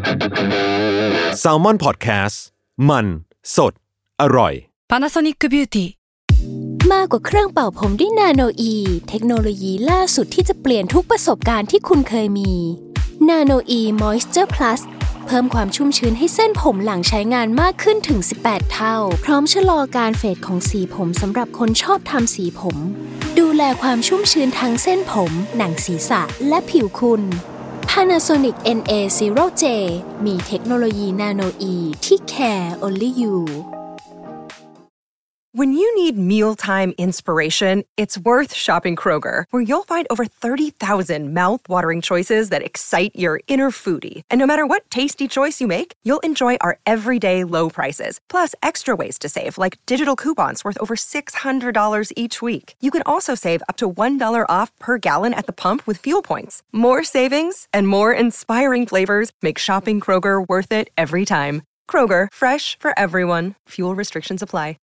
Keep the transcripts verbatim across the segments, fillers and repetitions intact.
Salmon Podcast มันสดอร่อย Panasonic Beauty มากกว่าเครื่องเป่าผมด้วยนาโนอีเทคโนโลยีล่าสุดที่จะเปลี่ยนทุกประสบการณ์ที่คุณเคยมีนาโนอี Moisture Plus เพิ่มความชุ่มชื้นให้เส้นผมหลังใช้งานมากขึ้นถึงสิบแปดเท่าพร้อมชะลอการเฟดของสีผมสำหรับคนชอบทำสีผมดูแลความชุ่มชื้นทั้งเส้นผมหนังศีรษะและผิวคุณ Panasonic เอ็น เอ ศูนย์ เจ มีเทคโนโลยีนาโนอีที่ care only you When you need mealtime inspiration, it's worth shopping Kroger, where you'll find over thirty thousand mouth-watering choices that excite your inner foodie. And no matter what tasty choice you make, you'll enjoy our everyday low prices, plus extra ways to save, like digital coupons worth over six hundred dollars each week. You can also save up to one dollar off per gallon at the pump with fuel points. More savings and more inspiring flavors make shopping Kroger worth it every time. Kroger, fresh for everyone. Fuel restrictions apply.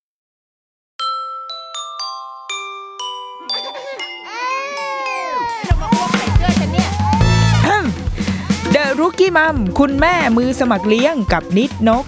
เดอะรุกกี้มัมคุณแม่มือสมัครเลี้ยงกับนิดนก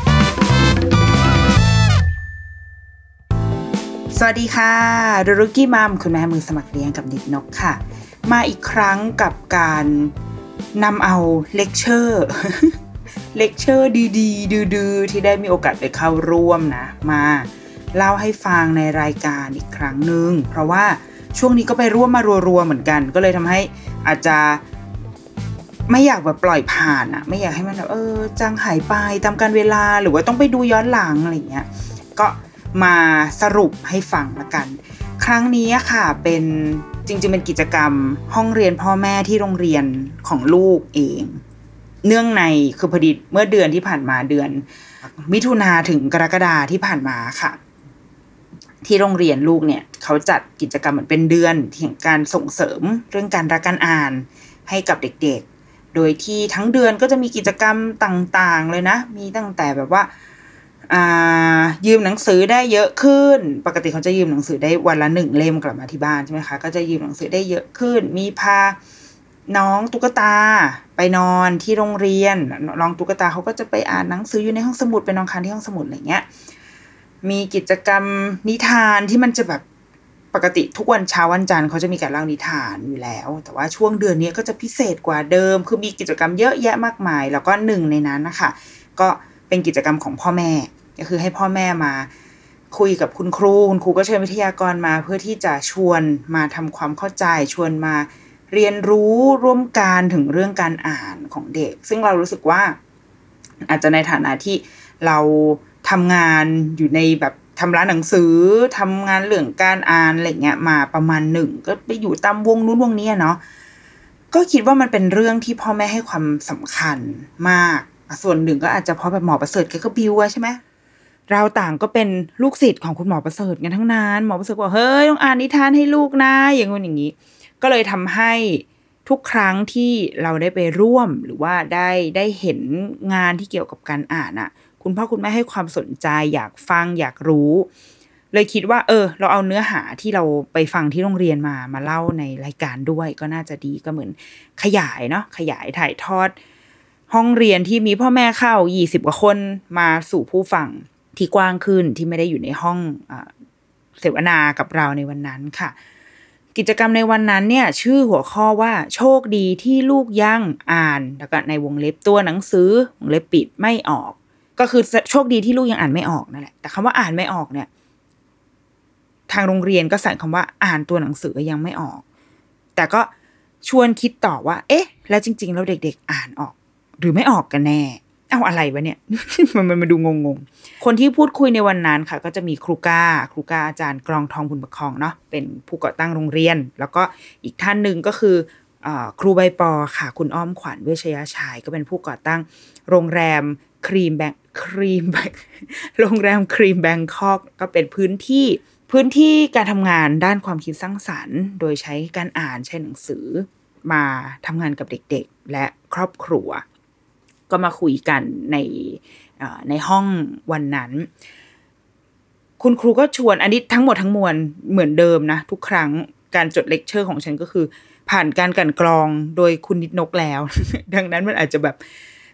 สวัสดีค่ะเดอะรุกกี้มัมคุณแม่มือสมัครเลี้ยงกับนิดนกค่ะมาอีกครั้งกับการนำเอาเลคเชอร์เลคเชอร์ดีๆดื้อๆที่ได้มีโอกาสไปเข้าร่วมนะมาเล่าให้ฟังในรายการอีกครั้งนึงเพราะว่าช่วงนี้ก็ไปร่วมมารัวๆเหมือนกันก็เลยทำให้อาจจะไม่อยากแบบปล่อยผ่านอ่ะไม่อยากให้มันแบบเออจางหายไปตามกาลเวลาหรือว่าต้องไปดูย้อนหลังอะไรเงี้ยก็มาสรุปให้ฟังละกันครั้งนี้ค่ะเป็นจริงๆเป็นกิจกรรมห้องเรียนพ่อแม่ที่โรงเรียนของลูกเองเนื่องในคือพอดีเมื่อเดือนที่ผ่านมาเดือนมิถุนาถึงกรกฎาที่ผ่านมาค่ะที่โรงเรียนลูกเนี่ยเขาจัดกิจกรรมเหมือนเป็นเดือนแห่งการส่งเสริมเรื่องการรักการอ่านให้กับเด็กๆโดยที่ทั้งเดือนก็จะมีกิจกรรมต่างๆเลยนะมีตั้งแต่แบบว่าอ่ายืมหนังสือได้เยอะขึ้นปกติเขาจะยืมหนังสือได้วันละหนึ่งเล่มกลับมาที่บ้านใช่ไหมคะก็จะยืมหนังสือได้เยอะขึ้นมีพาน้องตุ๊กตาไปนอนที่โรงเรียนน้องตุ๊กตาเขาก็จะไปอ่านหนังสืออยู่ในห้องสมุดไปนอนค้างที่ห้องสมุดอะไรเงี้ยมีกิจกรรมนิทานที่มันจะแบบปกติทุกวันเช้าวันจันทร์เขาจะมีการเล่านิทานอยู่แล้วแต่ว่าช่วงเดือนนี้ก็จะพิเศษกว่าเดิมคือมีกิจกรรมเยอะแยะมากมายแล้วก็หนึ่งในนั้นนะคะก็เป็นกิจกรรมของพ่อแม่ก็คือให้พ่อแม่มาคุยกับคุณครูคุณครูก็เชิญวิทยากรมาเพื่อที่จะชวนมาทำความเข้าใจชวนมาเรียนรู้ร่วมกันถึงเรื่องการอ่านของเด็กซึ่งเรารู้สึกว่าอาจจะในฐานะที่เราทำงานอยู่ในแบบทำร้านหนังสือทำงานเรื่องการอ่านอะไรเงี้ยมาประมาณหนึ่งก็ไปอยู่ตามวงนู้นวงนี้เนาะก็คิดว่ามันเป็นเรื่องที่พ่อแม่ให้ความสำคัญมากส่วนหนึ่งก็อาจจะเพราะแบบหมอประเสริฐแกก็บิวไว้ใช่ไหมเราต่างก็เป็นลูกศิษย์ของคุณหมอประเสริฐกันทั้งนั้นหมอประเสริฐบอกเฮ้ยต้องอ่านนิทานให้ลูกนะอย่างงี้อย่างนี้ก็เลยทำให้ทุกครั้งที่เราได้ไปร่วมหรือว่าได้ได้เห็นงานที่เกี่ยวกับการอ่านอะคุณพ่อคุณแม่ให้ความสนใจอยากฟังอยากรู้เลยคิดว่าเออเราเอาเนื้อหาที่เราไปฟังที่โรงเรียนมามาเล่าในรายการด้วยก็น่าจะดีก็เหมือนขยายเนาะขยายถ่ายทอดห้องเรียนที่มีพ่อแม่เข้ายี่สิบกว่าคนมาสู่ผู้ฟังที่กว้างขึ้นที่ไม่ได้อยู่ในห้องอ่าเสวนากับเราในวันนั้นค่ะกิจกรรมในวันนั้นเนี่ยชื่อหัวข้อว่าโชคดีที่ลูกยังอ่านแล้วก็ในวงเล็บตัวหนังสือวงเล็บปิดไม่ออกก็คือโชคดีที่ลูกยังอ่านไม่ออกนั่นแหละแต่คำว่าอ่านไม่ออกเนี่ยทางโรงเรียนก็ใส่คำว่าอ่านตัวหนังสือยังไม่ออกแต่ก็ชวนคิดต่อว่าเอ๊ะแล้วจริงๆแล้วเด็กๆอ่านออกหรือไม่ออกกันแน่เอาอะไรวะเนี่ย มันมันมาดูงงๆคนที่พูดคุยในวันนั้นค่ะก็จะมีครูก้าครูก้าอาจารย์กรองทองบุญประคองเนาะเป็นผู้ก่อตั้งโรงเรียนแล้วก็อีกท่านนึงก็คือครูใบปอค่ะคุณอ้อมขวัญเวชยชัยก็เป็นผู้ก่อตั้งโรงแรมครีมแบงครีมโรงแรมครีมแบงคอกก็เป็นพื้นที่พื้นที่การทำงานด้านความคิดสร้างสรรค์โดยใช้การอ่านใช้หนังสือมาทำงานกับเด็กๆและครอบครัวก็มาคุยกันในในห้องวันนั้นคุณครูก็ชวนอันนี้ทั้งหมดทั้งมวลเหมือนเดิมนะทุกครั้งการจดเลคเชอร์ของฉันก็คือผ่านการกลั่นกรองโดยคุณนิดนกแล้ว ดังนั้นมันอาจจะแบบ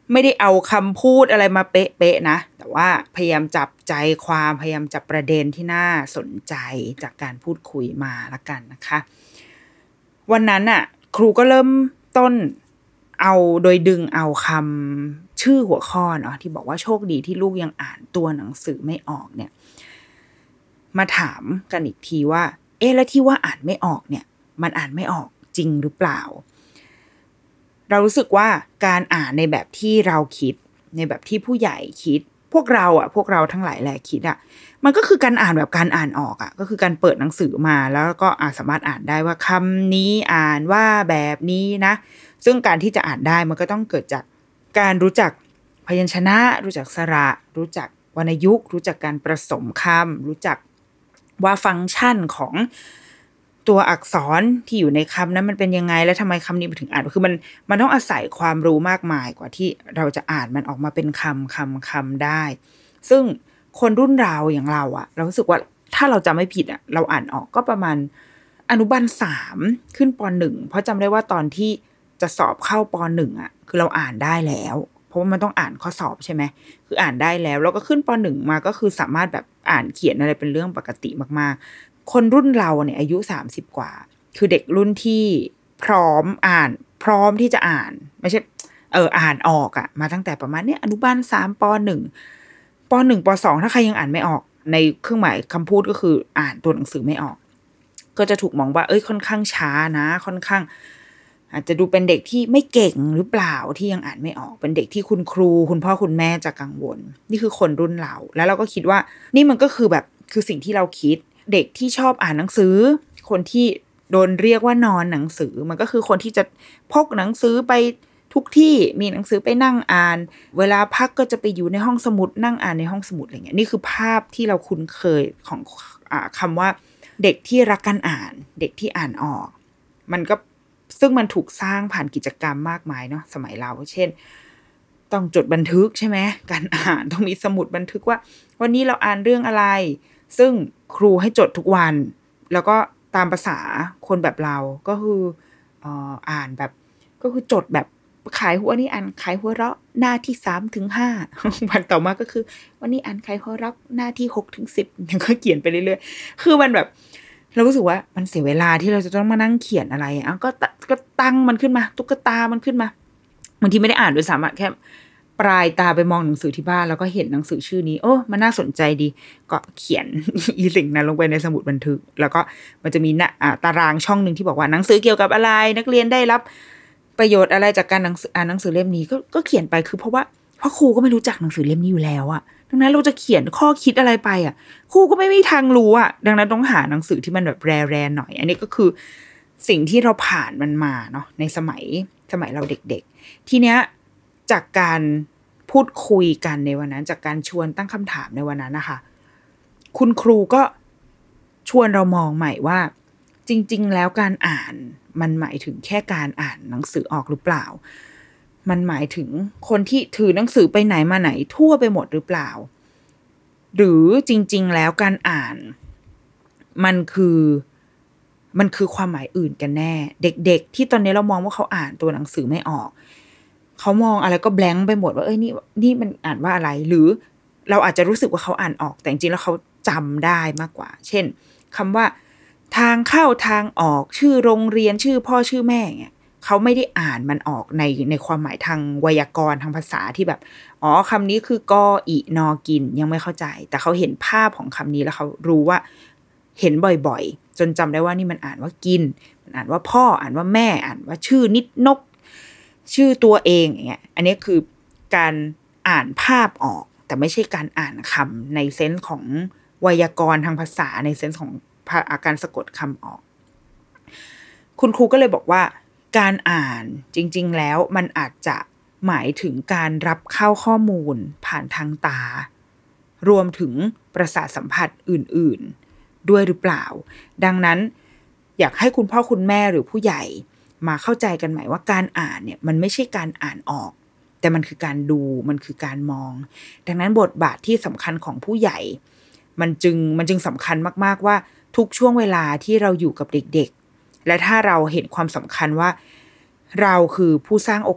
ไม่ได้เอาคำพูดอะไรมาเป๊ะๆนะแต่ว่าพยายามจับใจความพยายามจับประเด็นที่น่าสนใจจากการพูดคุยมาละกันนะคะวันนั้นน่ะครูก็เริ่มต้นเอาโดยดึงเอาคำชื่อหัวข้อเนาะที่บอกว่าโชคดีที่ลูกยังอ่านตัวหนังสือไม่ออกเนี่ยมาถามกันอีกทีว่าเอ๊ะแล้วที่ว่าอ่านไม่ออกเนี่ยมันอ่านไม่ออกจริงหรือเปล่าเรารู้สึกว่าการอ่านในแบบที่เราคิดในแบบที่ผู้ใหญ่คิดพวกเราอ่ะพวกเราทั้งหลายแหละคิดอ่ะมันก็คือการอ่านแบบการอ่านออกอ่ะก็คือการเปิดหนังสือมาแล้วก็อ่าสามารถอ่านได้ว่าคำนี้อ่านว่าแบบนี้นะซึ่งการที่จะอ่านได้มันก็ต้องเกิดจากการรู้จักพยัญชนะรู้จักสระรู้จักวรรณยุกต์รู้จักการผสมคำรู้จักว่าฟังก์ชันของตัวอักษรที่อยู่ในคำนั้นมันเป็นยังไงและทำไมคำนี้ถึงอ่านคือมันมันต้องอาศัยความรู้มากมายกว่าที่เราจะอ่านมันออกมาเป็นคำคำคำได้ซึ่งคนรุ่นเราอย่างเราอะเรารู้สึกว่าถ้าเราจำไม่ผิดอะเราอ่านออกก็ประมาณอนุบาลสามขึ้นปหนึ่งเพราะจำได้ว่าตอนที่จะสอบเข้าปหนึ่งอะคือเราอ่านได้แล้วเพราะว่ามันต้องอ่านข้อสอบใช่ไหมคืออ่านได้แล้วแล้วก็ขึ้นปหนึ่งมาก็คือสามารถแบบอ่านเขียนอะไรเป็นเรื่องปกติมากๆคนรุ่นเราเนี่ยอายุสามสิบกว่าคือเด็กรุ่นที่พร้อมอ่านพร้อมที่จะอ่านไม่ใช่เอออ่านออกอะมาตั้งแต่ประมาณเนี้ยอนุบาลสามปหนึ่งปหนึ่งปสองถ้าใครยังอ่านไม่ออกในเครื่องหมายคำพูดก็คืออ่านตัวหนังสือไม่ออกก็จะถูกมองว่าเอ้ยค่อนข้างช้านะค่อนข้างอาจจะดูเป็นเด็กที่ไม่เก่งหรือเปล่าที่ยังอ่านไม่ออกเป็นเด็กที่คุณครูคุณพ่อคุณแม่จะกังวลนี่คือคนรุ่นเราแล้วเราก็คิดว่านี่มันก็คือแบบคือสิ่งที่เราคิดเด็กที่ชอบอ่านหนังสือคนที่โดนเรียกว่านอนหนังสือมันก็คือคนที่จะพกหนังสือไปทุกที่มีหนังสือไปนั่งอ่านเวลาพักก็จะไปอยู่ในห้องสมุดนั่งอ่านในห้องสมุดอะไรเงี้ยนี่คือภาพที่เราคุ้นเคยของอ่าคำว่าเด็กที่รักการอ่านเด็กที่อ่านออกมันก็ซึ่งมันถูกสร้างผ่านกิจกรรมมากมายเนาะสมัยเราเช่นต้องจดบันทึกใช่ไหมการอ่านต้องมีสมุดบันทึกว่าวันนี้เราอ่านเรื่องอะไรซึ่งครูให้จดทุกวันแล้วก็ตามภาษาคนแบบเราก็คืออ่าอ่านแบบก็คือจดแบบขายหัวนี่อ่านขายหัวเราะหน้าที่สามถึงห้าวันต่อมาก็คือวันนี้อ่านขายหัวเราะหน้าที่หกถึงสิบก็เขียนไปเรื่อยๆคือมันแบบเรารู้สึกว่ามันเสียเวลาที่เราจะต้องมานั่งเขียนอะไรอ่ะก็ก็ตั้งมันขึ้นมาตุ๊กตามันขึ้นมาบางทีไม่ได้อ่านด้วยซ้ำอ่ะแค่ปลายตาไปมองหนังสือที่บ้านแล้วก็เห็นหนังสือชื่อนี้โอ้มันน่าสนใจดีก็เขียน อีสิ่งนั้นลงไปในสมุดบันทึกแล้วก็มันจะมีหน้าอ่าตารางช่องนึงที่บอกว่าหนังสือเกี่ยวกับอะไรนักเรียนได้รับประโยชน์อะไรจากการหนังสืออ่านหนังสือเล่มนี้ก็ก็เขียนไปคือเพราะว่าเพราะครูก็ไม่รู้จักหนังสือเล่มนี้อยู่แล้วอ่ะดังนั้นเราจะเขียนข้อคิดอะไรไปอ่ะครูก็ไม่มีทางรู้อ่ะดังนั้นต้องหาหนังสือที่มันแบบแรๆหน่อยอันนี้ก็คือสิ่งที่เราผ่านมันมาเนาะในสมัยสมัยเราเด็กๆทีเนี้ยจากการพูดคุยกันในวันนั้นจากการชวนตั้งคำถามในวันนั้นนะคะคุณครูก็ชวนเรามองใหม่ว่าจริงๆแล้วการอ่านมันหมายถึงแค่การอ่านหนังสือออกหรือเปล่ามันหมายถึงคนที่ถือหนังสือไปไหนมาไหนทั่วไปหมดหรือเปล่าหรือจริงๆแล้วการอ่านมันคือมันคือความหมายอื่นกันแน่เด็กๆที่ตอนนี้เรามองว่าเขาอ่านตัวหนังสือไม่ออกเขามองอะไรก็แบงค์ไปหมดว่าเอ้ยนี่นี่มันอ่านว่าอะไรหรือเราอาจจะรู้สึกว่าเขาอ่านออกแต่จริงๆแล้วเขาจำได้มากกว่าเช่นคำว่าทางเข้าทางออกชื่อโรงเรียนชื่อพ่อชื่อแม่เงี้ยเขาไม่ได้อ่านมันออกในในความหมายทางไวยากรณ์ทางภาษาที่แบบอ๋อคำนี้คือกออินอกินยังไม่เข้าใจแต่เขาเห็นภาพของคำนี้แล้วเขารู้ว่าเห็นบ่อยๆจนจำได้ว่านี่มันอ่านว่ากินมันอ่านว่าพ่ออ่านว่าแม่อ่านว่าชื่อนิดนกชื่อตัวเองอย่างเงี้ยอันนี้คือการอ่านภาพออกแต่ไม่ใช่การอ่านคำในเซนส์ของไวยากรณ์ทางภาษาในเซนส์ของการสะกดคำออกคุณครูก็เลยบอกว่าการอ่านจริงๆแล้วมันอาจจะหมายถึงการรับเข้าข้อมูลผ่านทางตารวมถึงประสาทสัมผัสอื่นๆด้วยหรือเปล่าดังนั้นอยากให้คุณพ่อคุณแม่หรือผู้ใหญ่มาเข้าใจกันใหม่ว่าการอ่านเนี่ยมันไม่ใช่การอ่านออกแต่มันคือการดูมันคือการมองดังนั้นบทบาทที่สำคัญของผู้ใหญ่มันจึงมันจึงสำคัญมากๆว่าทุกช่วงเวลาที่เราอยู่กับเด็กๆและถ้าเราเห็นความสำคัญว่าเราคือผู้สร้างโอกาส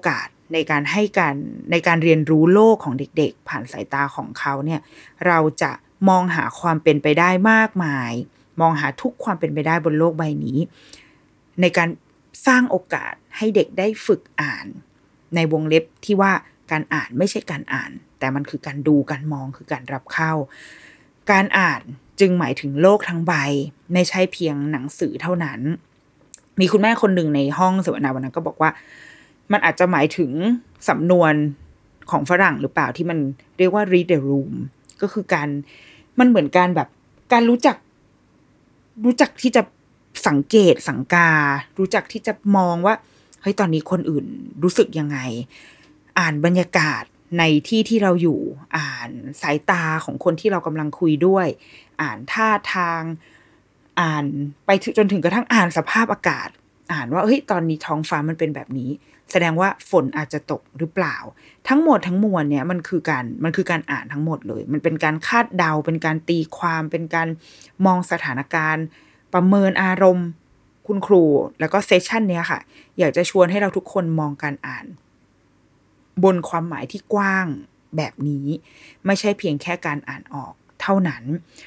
ในการให้การในการเรียนรู้โลกของเด็กๆผ่านสายตาของเขาเนี่ยเราจะมองหาความเป็นไปได้มากมายมองหาทุกความเป็นไปได้บนโลกใบนี้ในการสร้างโอกาสให้เด็กได้ฝึกอ่านในวงเล็บที่ว่าการอ่านไม่ใช่การอ่านแต่มันคือการดูการมองคือการรับเข้าการอ่านจึงหมายถึงโลกทั้งใบไม่ใช่เพียงหนังสือเท่านั้นมีคุณแม่คนหนึ่งในห้องเสวนาวันนั้นก็บอกว่ามันอาจจะหมายถึงสำนวนของฝรั่งหรือเปล่าที่มันเรียกว่า read the room ก็คือการมันเหมือนการแบบการรู้จักรู้จักที่จะสังเกตสังการู้จักที่จะมองว่าเฮ้ยตอนนี้คนอื่นรู้สึกยังไงอ่านบรรยากาศในที่ที่เราอยู่อ่านสายตาของคนที่เรากำลังคุยด้วยอ่านท่าทางอ่านไปจนถึงกระทั่งอ่านสภาพอากาศอ่านว่าเฮ้ยตอนนี้ท้องฟ้ามันเป็นแบบนี้แสดงว่าฝนอาจจะตกหรือเปล่าทั้งหมดทั้งมวลเนี่ยมันคือการมันคือการอ่านทั้งหมดเลยมันเป็นการคาดเดาเป็นการตีความเป็นการมองสถานการณ์ประเมินอารมณ์คุณครูแล้วก็เซสชันเนี้ยค่ะอยากจะชวนให้เราทุกคนมองการอ่านบนความหมายที่กว้างแบบนี้ไม่ใช่เพียงแค่การอ่านออกเท่านั้น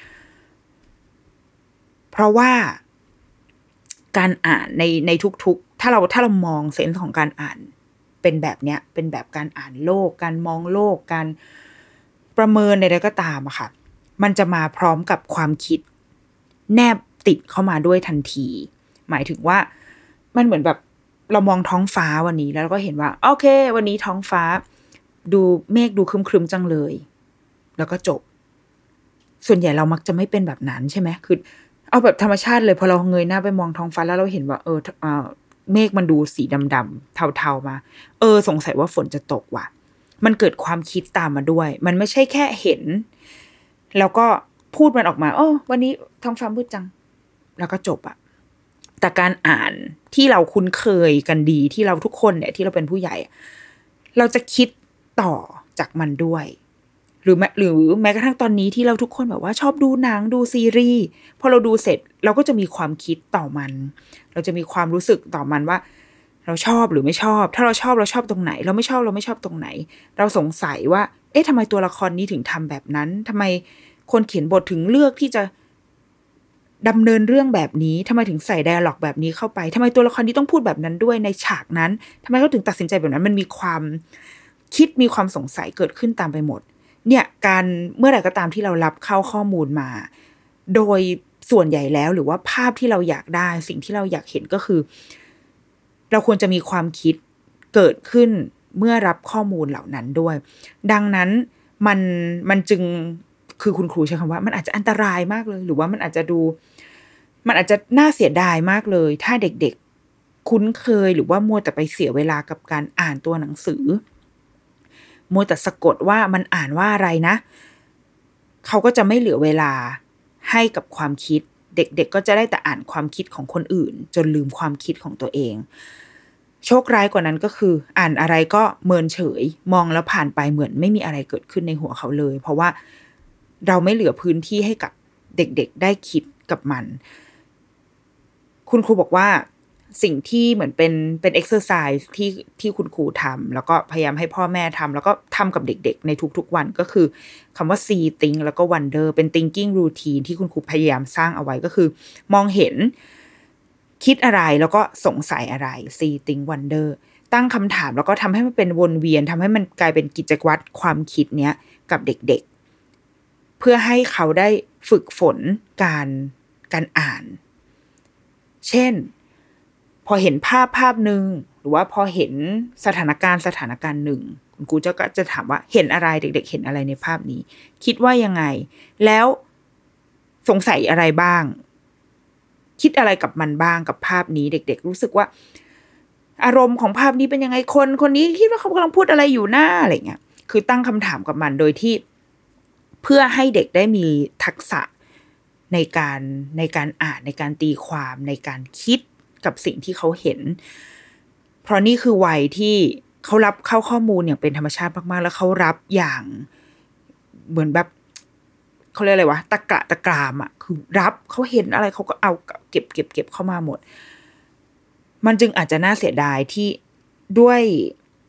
เพราะว่าการอ่านในในทุกๆถ้าเราถ้าเรามองเซนส์ของการอ่านเป็นแบบเนี้ยเป็นแบบการอ่านโลกการมองโลกการประเมินใดๆก็ตามอะค่ะมันจะมาพร้อมกับความคิดแนบติดเข้ามาด้วยทันทีหมายถึงว่ามันเหมือนแบบเรามองท้องฟ้าวันนี้แล้วเราก็เห็นว่าโอเควันนี้ท้องฟ้าดูเมฆดูครึมๆจังเลยแล้วก็จบส่วนใหญ่เรามักจะไม่เป็นแบบนั้นใช่ไหมคือเอาแบบธรรมชาติเลยพอเราเงยหน้าไปมองท้องฟ้าแล้วเราเห็นว่าเออเออเมฆมันดูสีดำๆเทาๆมาเออสงสัยว่าฝนจะตกว่ะมันเกิดความคิดตามมาด้วยมันไม่ใช่แค่เห็นแล้วก็พูดมันออกมาโอ้วันนี้ท้องฟ้ามืดจังแล้วก็จบอะแต่การอ่านที่เราคุ้นเคยกันดีที่เราทุกคนเนี่ยที่เราเป็นผู้ใหญ่เราจะคิดต่อจากมันด้วยหรือแม้หรือแม้กระทั่งตอนนี้ที่เราทุกคนแบบว่าชอบดูหนังดูซีรีส์พอเราดูเสร็จเราก็จะมีความคิดต่อมันเราจะมีความรู้สึกต่อมันว่าเราชอบหรือไม่ชอบถ้าเราชอบเราชอบตรงไหนเราไม่ชอบเราไม่ชอบตรงไหนเราสงสัยว่าเอ๊ะทำไมตัวละครนี้ถึงทำแบบนั้นทำไมคนเขียนบทถึงเลือกที่จะดำเนินเรื่องแบบนี้ทำไมถึงใส่ไดอะล็อกแบบนี้เข้าไปทำไมตัวละครนี้ต้องพูดแบบนั้นด้วยในฉากนั้นทำไมเขาถึงตัดสินใจแบบนั้นมันมีความคิดมีความสงสัยเกิดขึ้นตามไปหมดเนี่ยการเมื่อไหร่ก็ตามที่เรารับเข้าข้อมูลมาโดยส่วนใหญ่แล้วหรือว่าภาพที่เราอยากได้สิ่งที่เราอยากเห็นก็คือเราควรจะมีความคิดเกิดขึ้นเมื่อรับข้อมูลเหล่านั้นด้วยดังนั้นมันมันจึงคือคุณครูใช้คำว่ามันอาจจะอันตรายมากเลยหรือว่ามันอาจจะดูมันอาจจะน่าเสียดายมากเลยถ้าเด็กๆคุ้นเคยหรือว่ามัวแต่ไปเสียเวลากับการอ่านตัวหนังสือมัวแต่สะกดว่ามันอ่านว่าอะไรนะเขาก็จะไม่เหลือเวลาให้กับความคิดเด็กๆก็จะได้แต่อ่านความคิดของคนอื่นจนลืมความคิดของตัวเองโชคร้ายกว่านั้นก็คืออ่านอะไรก็เมินเฉยมองแล้วผ่านไปเหมือนไม่มีอะไรเกิดขึ้นในหัวเขาเลยเพราะว่าเราไม่เหลือพื้นที่ให้กับเด็กๆได้คิดกับมันคุณครูบอกว่าสิ่งที่เหมือนเป็นเป็นเอ็กซ์เซอร์ไซส์ที่ที่คุณครูทำแล้วก็พยายามให้พ่อแม่ทำแล้วก็ทำกับเด็กๆในทุกๆวันก็คือคำว่า see think แล้วก็ wonder เป็น thinking routine ที่คุณครูพยายามสร้างเอาไว้ก็คือมองเห็นคิดอะไรแล้วก็สงสัยอะไร see think wonder ตั้งคำถามแล้วก็ทำให้มันเป็นวนเวียนทำให้มันกลายเป็นกิจวัตรความคิดเนี้ยกับเด็กๆเพื่อให้เขาได้ฝึกฝนการการอ่านเช่นพอเห็นภาพภาพหนึ่งหรือว่าพอเห็นสถานการณ์สถานการณ์หนึ่งคุณครูจะก็จะถามว่าเห็นอะไรเด็กๆเห็นอะไรในภาพนี้คิดว่ายังไงแล้วสงสัยอะไรบ้างคิดอะไรกับมันบ้างกับภาพนี้เด็กๆรู้สึกว่าอารมณ์ของภาพนี้เป็นยังไงคนคนนี้คิดว่าเขากำลังพูดอะไรอยู่หน้าอะไรเงี้ยคือตั้งคำถามกับมันโดยที่เพื่อให้เด็กได้มีทักษะในการในการอ่านในการตีความในการคิดกับสิ่งที่เขาเห็นเพราะนี่คือวัยที่เขารับเข้าข้อมูลอย่างเป็นธรรมชาติมากๆแล้วเขารับอย่างเหมือนแบบเขาเรียกอะไรวะตะกะตะกรามอ่ะคือรับเขาเห็นอะไรเขาก็เอาเก็บเก็บเก็บเข้ามาหมดมันจึงอาจจะน่าเสียดายที่ด้วย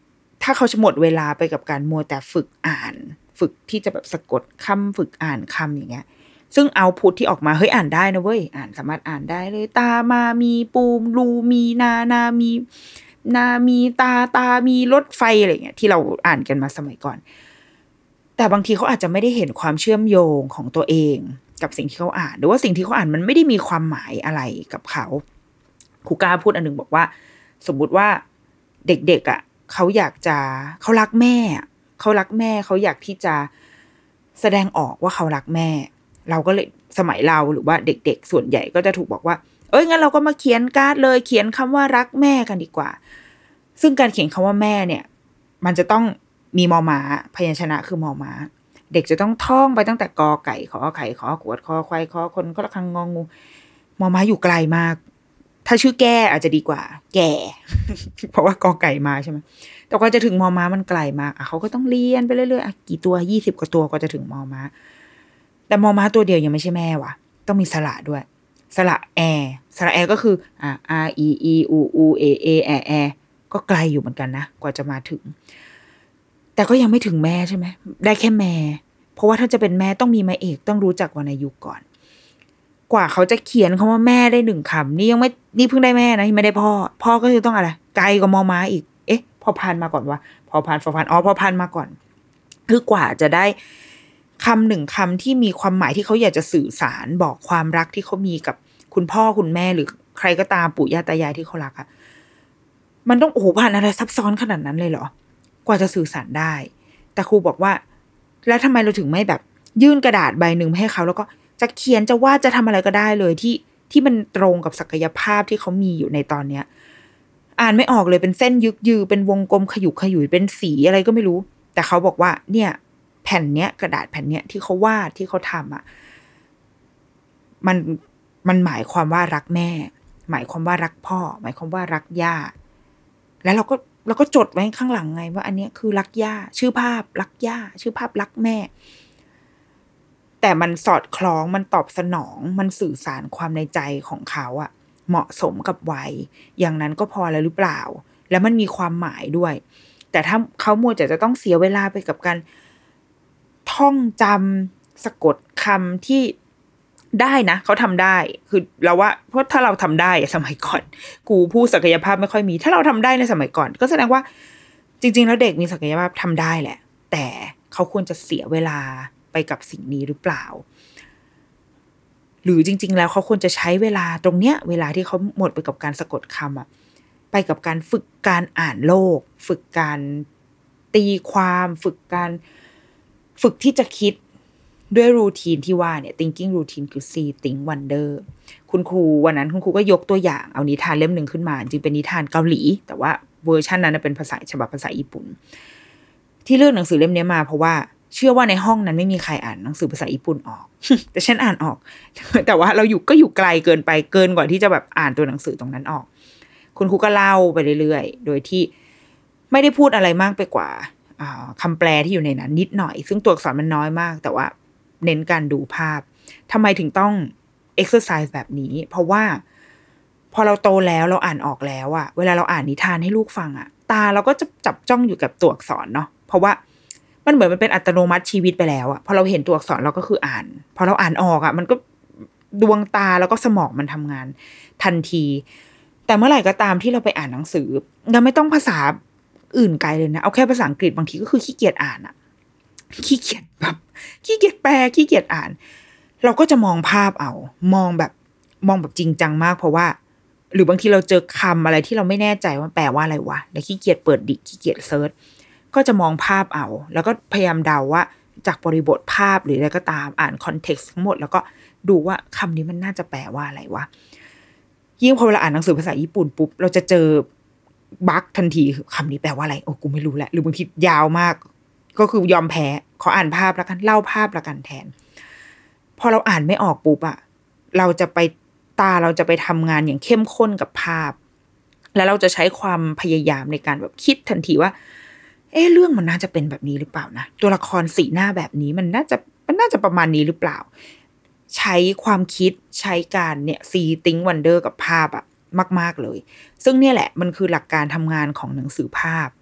ถ้าเขาหมดเวลาไปกับการมัวแต่ฝึกอ่านฝึกที่จะแบบสะกดคำฝึกอ่านคำอย่างเงี้ยซึ่งเอาพุทที่ออกมาเฮ้ยอ่านได้นะเว้ยอ่านสามารถอ่านได้เลยตามามีปูมรูมีนานามีนามีตาตามีรถไฟอะไรเงี้ยที่เราอ่านกันมาสมัยก่อนแต่บางทีเขาอาจจะไม่ได้เห็นความเชื่อมโยงของตัวเองกับสิ่งที่เขาอ่านหรือว่าสิ่งที่เขาอ่านมันไม่ได้มีความหมายอะไรกับเขาครูกาพูดอันนึงบอกว่าสมมุติว่าเด็กๆอ่ะเขาอยากจะเขารักแม่เขารักแม่เขาอยากที่จะแสดงออกว่าเขารักแม่เราก็เลยสมัยเราหรือว่าเด็กๆส่วนใหญ่ก็จะถูกบอกว่าเอ้ยงั้นเราก็มาเขียนการ์ดเลยเขียนคำว่ารักแม่กันดีกว่าซึ่งการเขียนคำว่าแม่เนี่ยมันจะต้องมีมอม้าพยัญชนะคือมอม้าเด็กจะต้องท่องไปตั้งแต่กอไก่ขอไข่ขอขวดคอควายคอคนก็ระฆังงองูมอม้าอยู่ไกลมากถ้าชื่อแก้อาจจะดีกว่าแก่ เพราะว่ากอไก่มาใช่ไหมแต่ก็จะถึงมอม้ามันไกลมากอ่ะเขาก็ต้องเรียนไปเรื่อยๆอ่ะกี่ตัวยี่สิบกว่าตัวก็จะถึงมอม้าแต่มอม้าตัวเดียวยังไม่ใช่แม่ว่ะต้องมีสระด้วยสระแอสระแอก็คืออ่า r e e u u a a แอแอก็ไกลอยู่เหมือนกันนะกว่าจะมาถึงแต่ก็ยังไม่ถึงแม่ใช่ไหมได้แค่แม่เพราะว่าถ้าจะเป็นแม่ต้องมีแม่เอกต้องรู้จักวรรณยุกต์ก่อนกว่าเขาจะเขียนคำว่าแม่ได้หนึ่งคำนี่ยังไม่นี่เพิ่งได้แม่นะยังไม่ได้พ่อพ่อก็คือต้องอะไรไกลกว่ามอม้าอีกเอ๊ะพอพานมาก่อนวะพอพานฟอพานอ๋อพอพานมาก่อนคือกว่าจะได้คำหนึ่งคำที่มีความหมายที่เขาอยากจะสื่อสารบอกความรักที่เขามีกับคุณพ่อคุณแม่หรือใครก็ตามปู่ย่าตายายที่เขารักอะมันต้องโอ้โหผ่านอะไรซับซ้อนขนาดนั้นเลยเหรอกว่าจะสื่อสารได้แต่ครูบอกว่าแล้วทำไมเราถึงไม่แบบยื่นกระดาษใบหนึ่งให้เขาแล้วก็จะเขียนจะวาดจะทำอะไรก็ได้เลยที่ที่มันตรงกับศักยภาพที่เขามีอยู่ในตอนเนี้ยอ่านไม่ออกเลยเป็นเส้นยึกยือเป็นวงกลมขยุกขยุยเป็นสีอะไรก็ไม่รู้แต่เขาบอกว่าเนี่ยแผ่นเนี้ยกระดาษแผ่นเนี้ยที่เขาวาดที่เขาทำอ่ะมันมันหมายความว่ารักแม่หมายความว่ารักพ่อหมายความว่ารักย่าแล้วเราก็เราก็จดไว้ข้างหลังไงว่าอันนี้คือรักย่าชื่อภาพรักย่าชื่อภาพรักแม่แต่มันสอดคล้องมันตอบสนองมันสื่อสารความในใจของเขาอะเหมาะสมกับวัยอย่างนั้นก็พอแล้วหรือเปล่าแล้วมันมีความหมายด้วยแต่ถ้าเขามัวแต่จะต้องเสียเวลาไปกับการท่องจำสะกดคำที่ได้นะเขาทำได้คือเราว่าเพราะถ้าเราทำได้สมัยก่อนกูพูดศักยภาพไม่ค่อยมีถ้าเราทำได้ในสมัยก่อนก็แสดงว่าจริงๆแล้วเด็กมีศักยภาพทำได้แหละแต่เขาควรจะเสียเวลาไปกับสิ่งนี้หรือเปล่าหรือจริงๆแล้วเขาควรจะใช้เวลาตรงเนี้ยเวลาที่เขาหมดไปกับการสะกดคำอะไปกับการฝึกการอ่านโลกฝึกการตีความฝึกการฝึกที่จะคิดด้วยรูทีนที่ว่าเนี่ย thinking routine คือ see think wonder คุณครูวันนั้นคุณครูก็ยกตัวอย่างเอานิทานเล่มหนึ่งขึ้นมาจริงเป็นนิทานเกาหลีแต่ว่าเวอร์ชันนั้นเป็นภาษาฉบับภาษาญี่ปุ่นที่เลือกหนังสือเล่มนี้มาเพราะว่าเชื่อว่าในห้องนั้นไม่มีใครอ่านหนังสือภาษาญี่ปุ่นออก แต่ฉันอ่านออก แต่ว่าเราอยู่ก็อยู่ไกลเกินไปเกินกว่าที่จะแบบอ่านตัวหนังสือตรงนั้นออกคุณครูก็เล่าไปเรื่อยๆโดยที่ไม่ได้พูดอะไรมากไปกว่าคำแปลที่อยู่ในนั้นนิดหน่อยซึ่งตัวอักษรมันน้อยมากแต่ว่าเน้นการดูภาพทำไมถึงต้อง exercise แบบนี้เพราะว่าพอเราโตแล้วเราอ่านออกแล้วอะเวลาเราอ่านนิทานให้ลูกฟังอะตาเราก็จะจับจ้องอยู่กับตัวอักษรเนาะเพราะว่ามันเหมือนมันเป็นอัตโนมัติชีวิตไปแล้วอะพอเราเห็นตัวอักษรเราก็คืออ่านพอเราอ่านออกอะมันก็ดวงตาแล้วก็สมองมันทำงานทันทีแต่เมื่อไหร่ก็ตามที่เราไปอ่านหนังสือเราไม่ต้องภาษาอื่นไกลเลยนะเอาแค่ภาษาอังกฤษบางทีก็คือขี้เกียจอ่านอะขี้เกียจแบบขี้เกียจแปลขี้เกียจอ่านเราก็จะมองภาพเอามองแบบมองแบบจริงจังมากเพราะว่าหรือบางทีเราเจอคำอะไรที่เราไม่แน่ใจว่าแปลว่าอะไรวะแล้วขี้เกียจเปิดดิกขี้เกียจเซิร์ชก็จะมองภาพเอาแล้วก็พยายามเดาว่าจากบริบทภาพหรืออะไรก็ตามอ่านคอนเท็กซ์ทั้งหมดแล้วก็ดูว่าคำนี้มันน่าจะแปลว่าอะไรวะยิ่งพอเวลาอ่านหนังสือภาษาญี่ปุ่นปุ๊บเราจะเจอบั๊กทันทีคำนี้แปลว่าอะไรโอ้กูไม่รู้แหละหรือบางทียาวมากก็คือยอมแพ้ขออ่านภาพแล้วกันเล่าภาพแล้วกันแทนพอเราอ่านไม่ออกปุ๊บอะเราจะไปตาเราจะไปทำงานอย่างเข้มข้นกับภาพแล้วเราจะใช้ความพยายามในการแบบคิดทันทีว่าเอ๊ะเรื่องมันน่าจะเป็นแบบนี้หรือเปล่านะตัวละครสีหน้าแบบนี้มันน่าจะมันน่าจะประมาณนี้หรือเปล่าใช้ความคิดใช้การเนี่ย see think wonder กับภาพอะมากๆเลยซึ่งเนี่ยแหละมันคือหลักการทำงานของหนังสือภาพ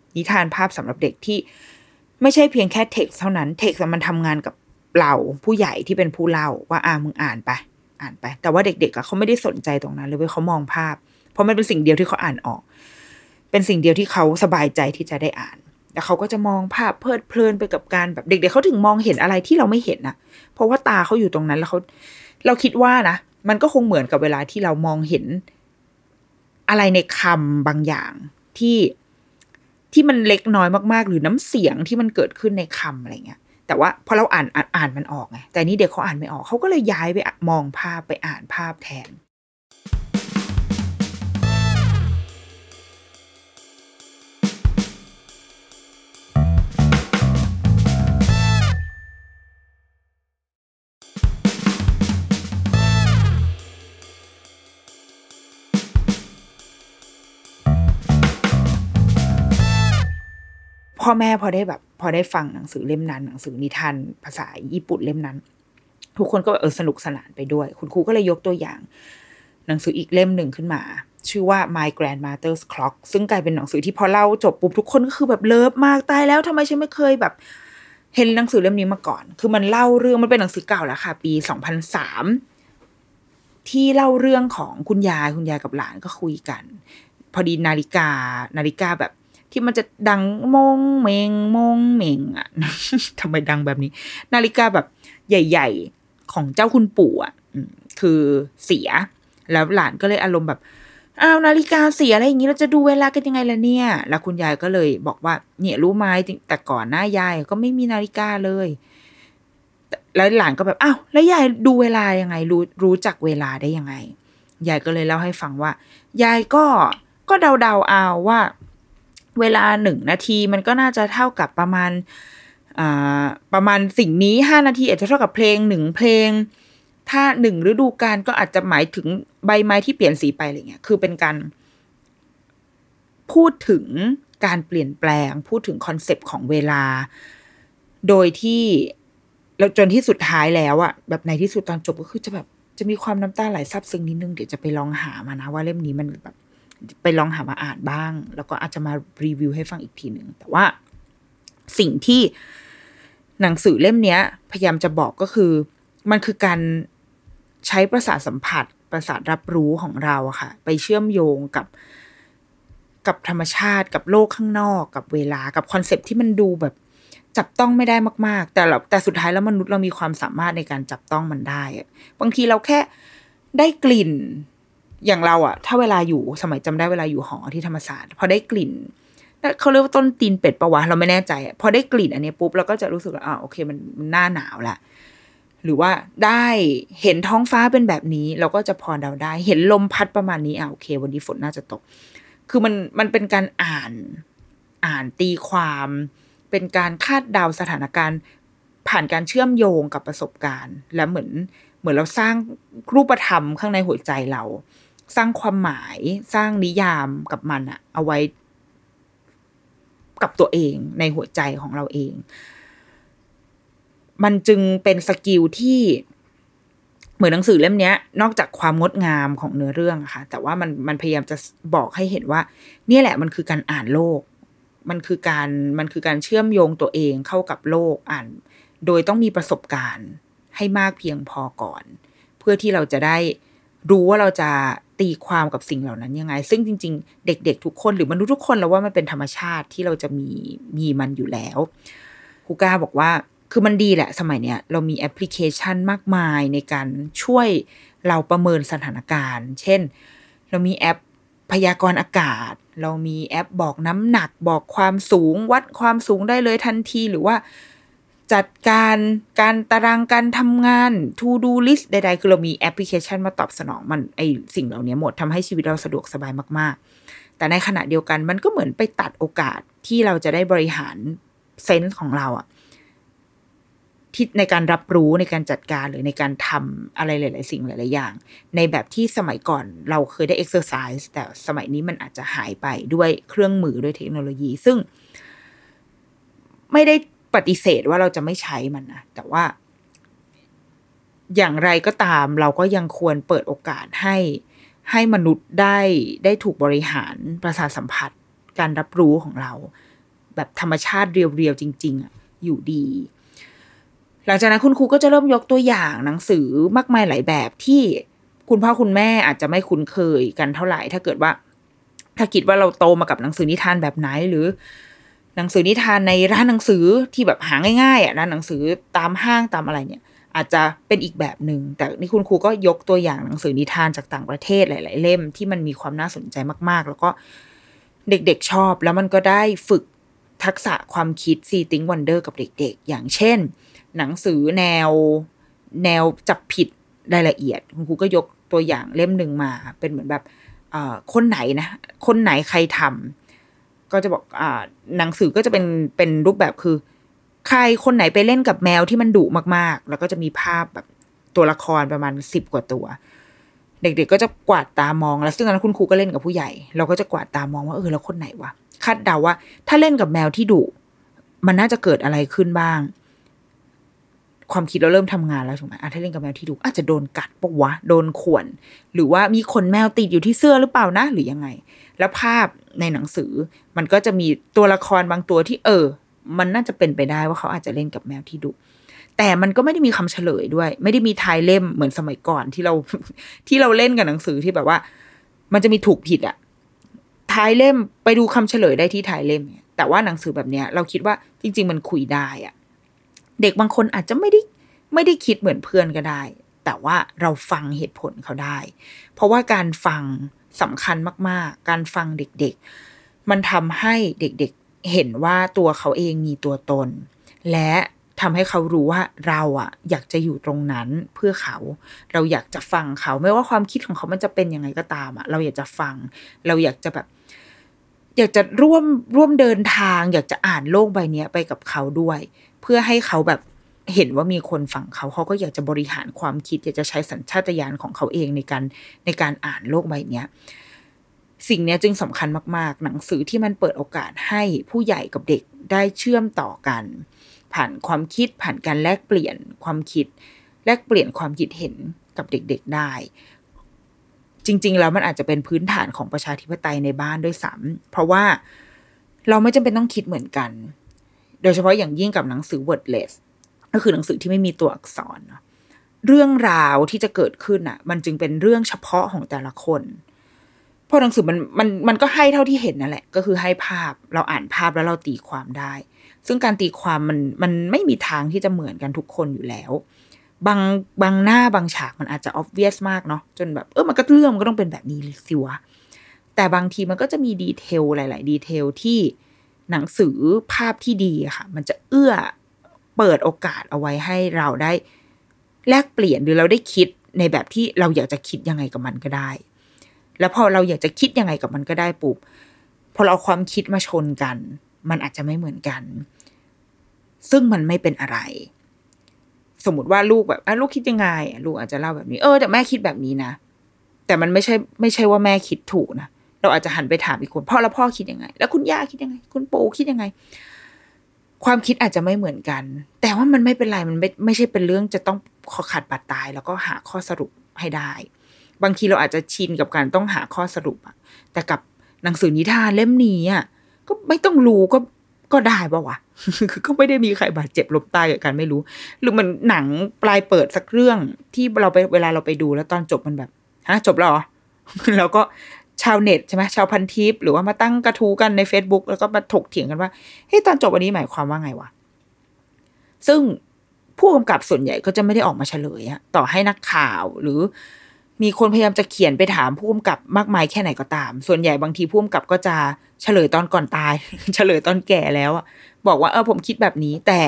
นิทานภาพสำหรับเด็กที่ไม่ใช่เพียงแค่เท็กซ์เท่านั้นเท็กซ์มันทำงานกับเราผู้ใหญ่ที่เป็นผู้เล่าว่าอ่ามึงอ่านไปอ่านไปแต่ว่าเด็กๆเขาไม่ได้สนใจตรงนั้นเลยเว้ยเขามองภาพเพราะมันเป็นสิ่งเดียวที่เขาอ่านออกเป็นสิ่งเดียวที่เขาสบายใจที่จะได้อ่านแต่เขาก็จะมองภาพเพลิดเพลินไปกับการแบบเด็กๆเขาถึงมองเห็นอะไรที่เราไม่เห็นนะเพราะว่าตาเขาอยู่ตรงนั้นแล้วเขาเราคิดว่านะมันก็คงเหมือนกับเวลาที่เรามองเห็นอะไรในคำบางอย่างที่ที่มันเล็กน้อยมากๆหรือน้ำเสียงที่มันเกิดขึ้นในคำอะไรเงี้ยแต่ว่าพอเราอ่านอ่านอ่านมันออกไงแต่นี่เด็กเขาอ่านไม่ออกเขาก็เลยย้ายไปมองภาพไปอ่านภาพแทนพ่อแม่พอได้แบบพอได้ฟังหนังสือเล่มนั้นหนังสือนิทานภาษาญี่ปุ่นเล่มนั้นทุกคนก็เออสนุกสนานไปด้วยคุณครูก็เลยยกตัวอย่างหนังสืออีกเล่มหนึ่งขึ้นมาชื่อว่า My Grandmother's Clock ซึ่งกลายเป็นหนังสือที่พอเล่าจบปุ๊บทุกคนก็คือแบบเลิฟมากตายแล้วทำไมฉันไม่เคยแบบเห็นหนังสือเล่มนี้มาก่อนคือมันเล่าเรื่องมันเป็นหนังสือเก่าแล้วค่ะปีสองพันสามที่เล่าเรื่องของคุณยายคุณยายกับหลานก็คุยกันพอดีนาฬิกานาฬิกาแบบที่มันจะดังมงเมงมงเมงอ่ะ ทำไมดังแบบนี้นาฬิกาแบบใหญ่ๆของเจ้าคุณปู่อ่ะคือเสียแล้วหลานก็เลยอารมณ์แบบอ้าวนาฬิกาเสียอะไรอย่างนี้เราจะดูเวลากันยังไงล่ะเนี่ยแล้วคุณยายก็เลยบอกว่าเนี่ยรู้ไหมแต่ก่อนหน้ายายก็ไม่มีนาฬิกาเลยแล้วหลานก็แบบอ้าวแล้วยายดูเวลายังไงรู้รู้จักเวลาได้ยังไงยายก็เลยเล่าให้ฟังว่ายายก็ก็เดาๆเอาว่าเวลาหนึ่งนาทีมันก็น่าจะเท่ากับประมาณอ่าประมาณสิ่งนี้ห้านาทีอาจจะเท่ากับเพลงหนึ่งเพลงถ้าหนึ่งฤดูกาลก็อาจจะหมายถึงใบไม้ที่เปลี่ยนสีไปอะไรเงี้ยคือเป็นการพูดถึงการเปลี่ยนแปลงพูดถึงคอนเซปต์ของเวลาโดยที่แล้วจนที่สุดท้ายแล้วอะแบบในที่สุดตอนจบก็คือจะแบบจะมีความน้ำตาไหลซาบซึ้งนิดนึงเดี๋ยวจะไปลองหามานะว่าเล่มนี้มันแบบไปลองหามาอ่านบ้างแล้วก็อาจจะมารีวิวให้ฟังอีกทีหนึ่งแต่ว่าสิ่งที่หนังสือเล่มนี้พยายามจะบอกก็คือมันคือการใช้ประสาทสัมผัสประสาทรับรู้ของเราอะค่ะไปเชื่อมโยงกับกับธรรมชาติกับโลกข้างนอกกับเวลากับคอนเซ็ปต์ที่มันดูแบบจับต้องไม่ได้มากๆแต่เราแต่สุดท้ายแล้วมนุษย์เรามีความสามารถในการจับต้องมันได้บางทีเราแค่ได้กลิ่นอย่างเราอะถ้าเวลาอยู่สมัยจำได้เวลาอยู่หอที่ธรรมศาสตร์พอได้กลิ่นเขาเรียกว่าต้นตีนเป็ดปะวะเราไม่แน่ใจพอได้กลิ่นอันนี้ปุ๊บเราก็จะรู้สึกว่าอ่าโอเคมันมันหน้าหนาวละหรือว่าได้เห็นท้องฟ้าเป็นแบบนี้เราก็จะพอเดาได้เห็นลมพัดประมาณนี้อ่าโอเควันนี้ฝนน่าจะตกคือมันมันเป็นการอ่านอ่านตีความเป็นการคาดเดาสถานการณ์ผ่านการเชื่อมโยงกับประสบการณ์และเหมือนเหมือนเราสร้างรูปธรรมข้างในหัวใจเราสร้างความหมายสร้างนิยามกับมันอะเอาไว้กับตัวเองในหัวใจของเราเองมันจึงเป็นสกิลที่เหมือนหนังสือเล่มนี้นอกจากความงดงามของเนื้อเรื่องอะค่ะแต่ว่ามันมันพยายามจะบอกให้เห็นว่านี่แหละมันคือการอ่านโลกมันคือการมันคือการเชื่อมโยงตัวเองเข้ากับโลกอ่านโดยต้องมีประสบการณ์ให้มากเพียงพอก่อนเพื่อที่เราจะได้รู้ว่าเราจะตีความกับสิ่งเหล่านั้นยังไงซึ่งจริงๆเด็กๆทุกคนหรือมนุษย์ทุกคนเราว่ามันเป็นธรรมชาติที่เราจะมีมีมันอยู่แล้วครูก้าบอกว่าคือมันดีแหละสมัยเนี้ยเรามีแอปพลิเคชันมากมายในการช่วยเราประเมินสถานการณ์เช่นเรามีแอปพยากรณ์อากาศเรามีแอปบอกน้ำหนักบอกความสูงวัดความสูงได้เลยทันทีหรือว่าจัดการการตารางการทำงาน to do list ใดๆคือเรามีแอปพลิเคชันมาตอบสนองมันไอสิ่งเหล่านี้หมดทำให้ชีวิตเราสะดวกสบายมากๆแต่ในขณะเดียวกันมันก็เหมือนไปตัดโอกาสที่เราจะได้บริหารเซนส์ของเราอะที่ในการรับรู้ในการจัดการหรือในการทำอะไรหลายๆสิ่งหลายๆอย่างในแบบที่สมัยก่อนเราเคยได้ exercise แต่สมัยนี้มันอาจจะหายไปด้วยเครื่องมือด้วยเทคโนโลยีซึ่งไม่ได้ปฏิเสธว่าเราจะไม่ใช้มันนะแต่ว่าอย่างไรก็ตามเราก็ยังควรเปิดโอกาสให้ให้มนุษย์ได้ได้ถูกบริหารประสาทสัมผัสการรับรู้ของเราแบบธรรมชาติเรียวๆจริงๆอ่ะอยู่ดีหลังจากนั้นคุณครูก็จะเริ่มยกตัวอย่างหนังสือมากมายหลายแบบที่คุณพ่อคุณแม่อาจจะไม่คุ้นเคยกันเท่าไหร่ถ้าเกิดว่าถ้าคิดว่าเราโตมากับหนังสือนิทานแบบไหนหรือหนังสือนิทานในร้านหนังสือที่แบบหาง่ายๆอ่ะร้านหนังสือตามห้างตามอะไรเนี่ยอาจจะเป็นอีกแบบนึงแต่นี่คุณครูก็ยกตัวอย่างหนังสือนิทานจากต่างประเทศหลายๆเล่มที่มันมีความน่าสนใจมากๆแล้วก็เด็กๆชอบแล้วมันก็ได้ฝึกทักษะความคิด See Think Wonder กับเด็กๆอย่างเช่นหนังสือแนวแนวจับผิดรายละเอียดคุณครูก็ยกตัวอย่างเล่มนึงมาเป็นเหมือนแบบเอ่อคนไหนนะคนไหนใครทำก็จะบอกอ่าหนังสือก็จะเป็นเป็นรูปแบบคือใครคนไหนไปเล่นกับแมวที่มันดุมากๆแล้วก็จะมีภาพแบบตัวละครประมาณสิบกว่าตัวเด็กๆก็จะกวาดตามองแล้วซึ่งตอนนั้นคุณครูก็เล่นกับผู้ใหญ่เราก็จะกวาดตามองว่าเออแล้วคนไหนวะคาดเดาว่าถ้าเล่นกับแมวที่ดุมันน่าจะเกิดอะไรขึ้นบ้างความคิดเราเริ่มทำงานแล้วถูกไหมอ่ะถ้าเล่นกับแมวที่ดุอาจจะโดนกัดปะวะโดนข่วนหรือว่ามีขนแมวติดอยู่ที่เสื้อหรือเปล่านะหรือยังไงแล้วภาพในหนังสือมันก็จะมีตัวละครบางตัวที่เออมันน่าจะเป็นไปได้ว่าเขาอาจจะเล่นกับแมวที่ดุแต่มันก็ไม่ได้มีคำเฉลยด้วยไม่ได้มีท้ายเล่มเหมือนสมัยก่อนที่เรา ที่เราเล่นกับหนังสือที่แบบว่ามันจะมีถูกผิดอะท้ายเล่มไปดูคำเฉลยได้ที่ท้ายเล่มแต่ว่าหนังสือแบบเนี้ยเราคิดว่าจริงๆมันคุยได้อะเด็กบางคนอาจจะไม่ได้ไม่ได้คิดเหมือนเพื่อนก็ได้แต่ว่าเราฟังเหตุผลเขาได้เพราะว่าการฟังสำคัญมากๆการฟังเด็กๆมันทำให้เด็กๆเห็นว่าตัวเขาเองมีตัวตนและทำให้เขารู้ว่าเราอะอยากจะอยู่ตรงนั้นเพื่อเขาเราอยากจะฟังเขาไม่ว่าความคิดของเขามันจะเป็นยังไงก็ตามอะเราอยากจะฟังเราอยากจะแบบอยากจะร่วมร่วมเดินทางอยากจะอ่านโลกใบนี้ไปกับเขาด้วยเพื่อให้เขาแบบเห็นว่ามีคนฟังเขาเขาก็อยากจะบริหารความคิดอยากจะใช้สัญชาตญาณของเขาเองในการในการอ่านโลกใบนี้สิ่งนี้จึงสำคัญมากๆหนังสือที่มันเปิดโอกาสให้ผู้ใหญ่กับเด็กได้เชื่อมต่อกันผ่านความคิดผ่านการแลกเปลี่ยนความคิดแลกเปลี่ยนความคิดเห็นกับเด็กๆได้จริงๆแล้วมันอาจจะเป็นพื้นฐานของประชาธิปไตยในบ้านด้วยซ้ำเพราะว่าเราไม่จำเป็นต้องคิดเหมือนกันโดยเฉพาะอย่างยิ่งกับหนังสือ wordless ก็คือหนังสือที่ไม่มีตัวอักษรเรื่องราวที่จะเกิดขึ้นอ่ะมันจึงเป็นเรื่องเฉพาะของแต่ละคนเพราะหนังสือมันมันมันก็ให้เท่าที่เห็นนั่นแหละก็คือให้ภาพเราอ่านภาพแล้วเราตีความได้ซึ่งการตีความมันมันไม่มีทางที่จะเหมือนกันทุกคนอยู่แล้วบางบางหน้าบางฉากมันอาจจะ obvious มากเนาะจนแบบเออมันก็เรื่องมันก็ต้องเป็นแบบนี้สิวะแต่บางทีมันก็จะมีดีเทลหลายๆดีเทลที่หนังสือภาพที่ดีอะค่ะมันจะเอื้อเปิดโอกาสเอาไว้ให้เราได้แลกเปลี่ยนหรือเราได้คิดในแบบที่เราอยากจะคิดยังไงกับมันก็ได้แล้วพอเราอยากจะคิดยังไงกับมันก็ได้ปุ๊บพอเราเอาความคิดมาชนกันมันอาจจะไม่เหมือนกันซึ่งมันไม่เป็นอะไรสมมติว่าลูกแบบลูกคิดยังไงลูกอาจจะเล่าแบบนี้เออแต่แม่คิดแบบนี้นะแต่มันไม่ใช่ไม่ใช่ว่าแม่คิดถูกนะเราอาจจะหันไปถามอีกคนพ่อแล้วพ่อคิดยังไงแล้วคุณย่าคิดยังไงคุณปู่คิดยังไงความคิดอาจจะไม่เหมือนกันแต่ว่ามันไม่เป็นไรมันไม่ไม่ใช่เป็นเรื่องจะต้องขอขาดบาดตายแล้วก็หาข้อสรุปให้ได้บางทีเราอาจจะชินกับการต้องหาข้อสรุปอะแต่กับหนังสือนิทานเล่มนี้อะก็ไม่ต้องรู้ก็ก็ได้ป่ะวะ คือก็ไม่ได้มีใครบาดเจ็บล้มตายกับการไม่รู้หรือมันหนังปลายเปิดสักเรื่องที่เราไปเวลาเราไปดูแล้วตอนจบมันแบบฮะจบแล้วเหรอ แล้วก็ชาวเน็ตใช่ไหมชาวพันทิปหรือว่ามาตั้งกระทู้กันใน Facebook แล้วก็มาถกเถียงกันว่าเฮ้ยตอนจบอันนี้หมายความว่าไงวะซึ่งผู้กำกับส่วนใหญ่ก็จะไม่ได้ออกมาเฉลยอะต่อให้นักข่าวหรือมีคนพยายามจะเขียนไปถามผู้กำกับมากมายแค่ไหนก็ตามส่วนใหญ่บางทีผู้กำกับก็จะเฉลยตอนก่อนตาย เฉลยตอนแก่แล้วอะบอกว่าเออผมคิดแบบนี้แต่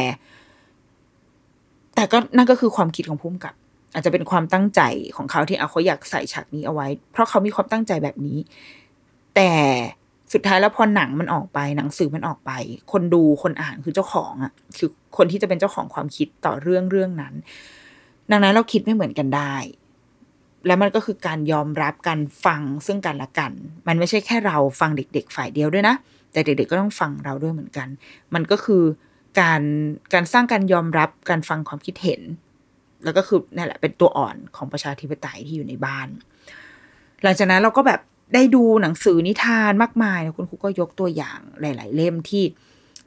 แต่ก็นั่นก็คือความคิดของผู้กำกับอาจจะเป็นความตั้งใจของเขาที่เอาเขาอยากใส่ฉากนี้เอาไว้เพราะเขามีความตั้งใจแบบนี้แต่สุดท้ายแล้วพอหนังมันออกไปหนังสือมันออกไปคนดูคนอ่านคือเจ้าของอ่ะคือคนที่จะเป็นเจ้าของความคิดต่อเรื่องเรื่องนั้นดังนั้นเราคิดไม่เหมือนกันได้แล้วมันก็คือการยอมรับการฟังซึ่งกันและกันมันไม่ใช่แค่เราฟังเด็กๆฝ่ายเดียวด้วยนะแต่เด็กๆก็ต้องฟังเราด้วยเหมือนกันมันก็คือการการสร้างการยอมรับการฟังความคิดเห็นแล้วก็คือนั่นแหละเป็นตัวอ่อนของประชาธิปไตยที่อยู่ในบ้านหลังจากนั้นเราก็แบบได้ดูหนังสือนิทานมากมายนะคุณครูก็ยกตัวอย่างหลายๆเล่มที่